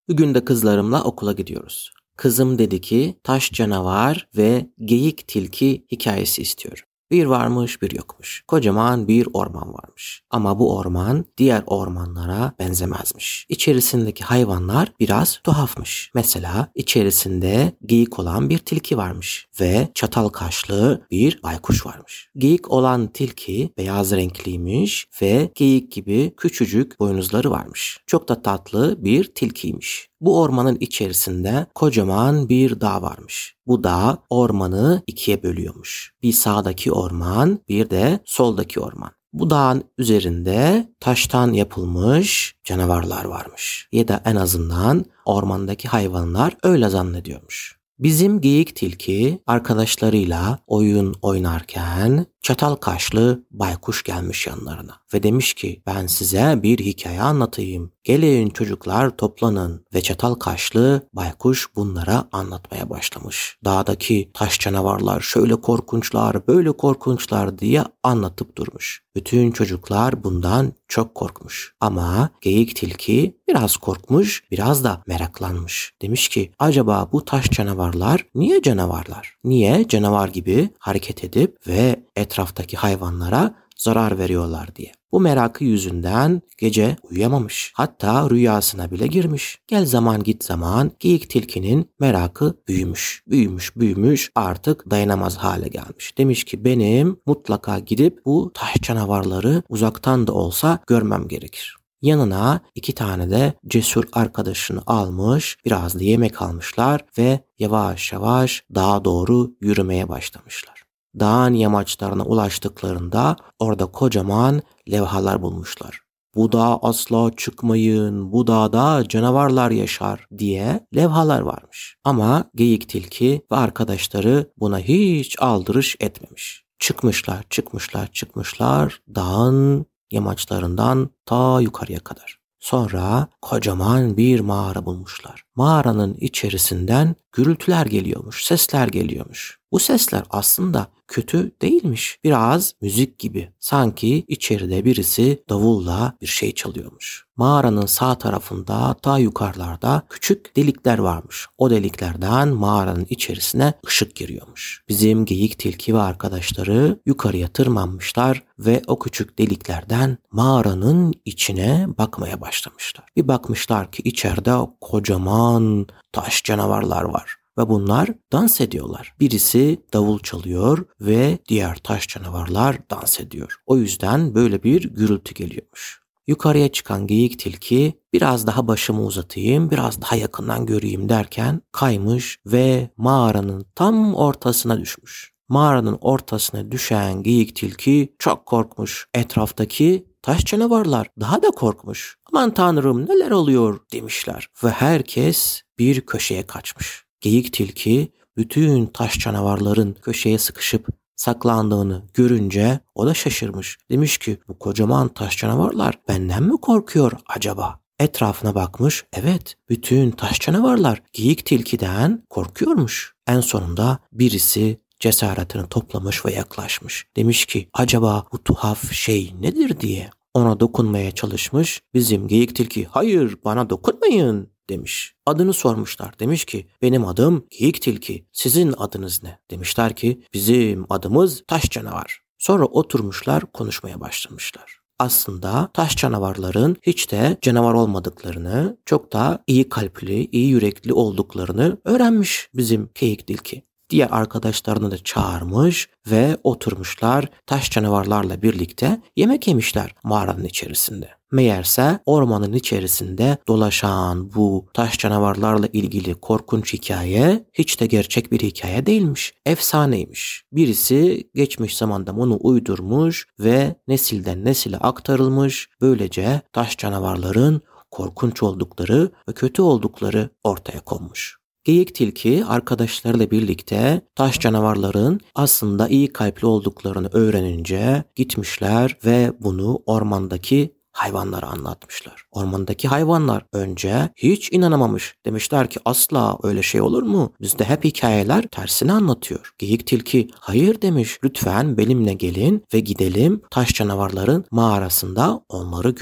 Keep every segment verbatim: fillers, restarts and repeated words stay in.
Bugün de kızlarımla okula gidiyoruz. Kızım dedi ki taş canavar ve geyik tilki hikayesi istiyorum. Bir varmış bir yokmuş. Kocaman bir orman varmış. Ama bu orman diğer ormanlara benzemezmiş. İçerisindeki hayvanlar biraz tuhafmış. Mesela içerisinde geyik olan bir tilki varmış ve çatal kaşlı bir baykuş varmış. Geyik olan tilki beyaz renkliymiş ve geyik gibi küçücük boynuzları varmış. Çok da tatlı bir tilkiymiş. Bu ormanın içerisinde kocaman bir dağ varmış. Bu dağ ormanı ikiye bölüyormuş. Bir sağdaki orman, bir de soldaki orman. Bu dağın üzerinde taştan yapılmış canavarlar varmış. Ya da en azından ormandaki hayvanlar öyle zannediyormuş. Bizim geyik tilki arkadaşlarıyla oyun oynarken çatal kaşlı baykuş gelmiş yanlarına ve demiş ki ben size bir hikaye anlatayım. Gelin çocuklar toplanın ve çatal kaşlı baykuş bunlara anlatmaya başlamış. Dağdaki taş canavarlar şöyle korkunçlar, böyle korkunçlar diye anlatıp durmuş. Bütün çocuklar bundan çok korkmuş. Ama geyik tilki biraz korkmuş, biraz da meraklanmış. Demiş ki acaba bu taş canavarlar niye canavarlar? Niye canavar gibi hareket edip ve etraftaki hayvanlara zarar veriyorlar diye. Bu merakı yüzünden gece uyuyamamış. Hatta rüyasına bile girmiş. Gel zaman git zaman geyik tilkinin merakı büyümüş. Büyümüş büyümüş artık dayanamaz hale gelmiş. Demiş ki benim mutlaka gidip bu taş canavarları uzaktan da olsa görmem gerekir. Yanına iki tane de cesur arkadaşını almış, biraz da yemek almışlar ve yavaş yavaş dağa doğru yürümeye başlamışlar. Dağın yamaçlarına ulaştıklarında orada kocaman levhalar bulmuşlar. Bu dağa asla çıkmayın, bu dağda canavarlar yaşar diye levhalar varmış. Ama geyik tilki ve arkadaşları buna hiç aldırış etmemiş. Çıkmışlar, çıkmışlar, çıkmışlar dağın yamaçlarından ta yukarıya kadar. Sonra kocaman bir mağara bulmuşlar. Mağaranın içerisinden gürültüler geliyormuş, sesler geliyormuş. Bu sesler aslında kötü değilmiş. Biraz müzik gibi. Sanki içeride birisi davulla bir şey çalıyormuş. Mağaranın sağ tarafında ta yukarılarda küçük delikler varmış. O deliklerden mağaranın içerisine ışık giriyormuş. Bizim geyik tilki ve arkadaşları yukarıya tırmanmışlar ve o küçük deliklerden mağaranın içine bakmaya başlamışlar. Bir bakmışlar ki içeride kocaman taş canavarlar var. Ve bunlar dans ediyorlar. Birisi davul çalıyor ve diğer taş canavarlar dans ediyor. O yüzden böyle bir gürültü geliyormuş. Yukarıya çıkan geyik tilki biraz daha başımı uzatayım, biraz daha yakından göreyim derken kaymış ve mağaranın tam ortasına düşmüş. Mağaranın ortasına düşen geyik tilki çok korkmuş. Etraftaki taş canavarlar daha da korkmuş. Aman tanrım neler oluyor demişler ve herkes bir köşeye kaçmış. Geyik tilki bütün taş canavarların köşeye sıkışıp saklandığını görünce o da şaşırmış. Demiş ki bu kocaman taş canavarlar benden mi korkuyor acaba? Etrafına bakmış. Evet, bütün taş canavarlar geyik tilkiden korkuyormuş. En sonunda birisi cesaretini toplamış ve yaklaşmış. Demiş ki acaba bu tuhaf şey nedir diye. Ona dokunmaya çalışmış. Bizim geyik tilki hayır bana dokunmayın demiş. Adını sormuşlar. Demiş ki benim adım geyik tilki. Sizin adınız ne? Demişler ki bizim adımız taş canavar. Sonra oturmuşlar konuşmaya başlamışlar. Aslında taş canavarların hiç de canavar olmadıklarını, çok da iyi kalpli, iyi yürekli olduklarını öğrenmiş bizim geyik tilki. Diğer arkadaşlarını da çağırmış ve oturmuşlar taş canavarlarla birlikte yemek yemişler mağaranın içerisinde. Meğerse ormanın içerisinde dolaşan bu taş canavarlarla ilgili korkunç hikaye hiç de gerçek bir hikaye değilmiş. Efsaneymiş. Birisi geçmiş zamanda bunu uydurmuş ve nesilden nesile aktarılmış. Böylece taş canavarların korkunç oldukları ve kötü oldukları ortaya konmuş. Geyik tilki arkadaşlarıyla birlikte taş canavarların aslında iyi kalpli olduklarını öğrenince gitmişler ve bunu ormandaki hayvanlara anlatmışlar. Ormandaki hayvanlar önce hiç inanamamış. Demişler ki asla öyle şey olur mu? Bizde hep hikayeler tersini anlatıyor. Geyik tilki hayır demiş. Lütfen benimle gelin ve gidelim taş canavarların mağarasında onları görün.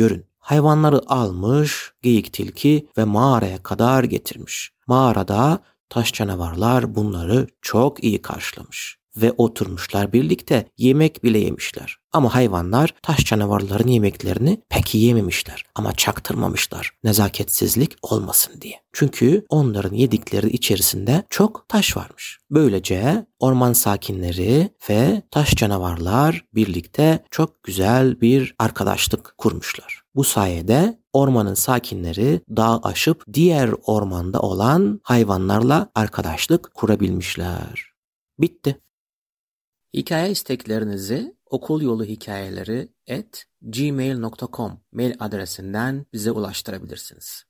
Hayvanları almış, geyik tilki ve mağaraya kadar getirmiş. Mağarada taş canavarlar bunları çok iyi karşılamış ve oturmuşlar birlikte yemek bile yemişler. Ama hayvanlar taş canavarların yemeklerini pek yememişler ama çaktırmamışlar nezaketsizlik olmasın diye. Çünkü onların yedikleri içerisinde çok taş varmış. Böylece orman sakinleri ve taş canavarlar birlikte çok güzel bir arkadaşlık kurmuşlar. Bu sayede ormanın sakinleri dağ aşıp diğer ormanda olan hayvanlarla arkadaşlık kurabilmişler. Bitti. Hikaye isteklerinizi okulyoluhikayeleri at gmail nokta com mail adresinden bize ulaştırabilirsiniz.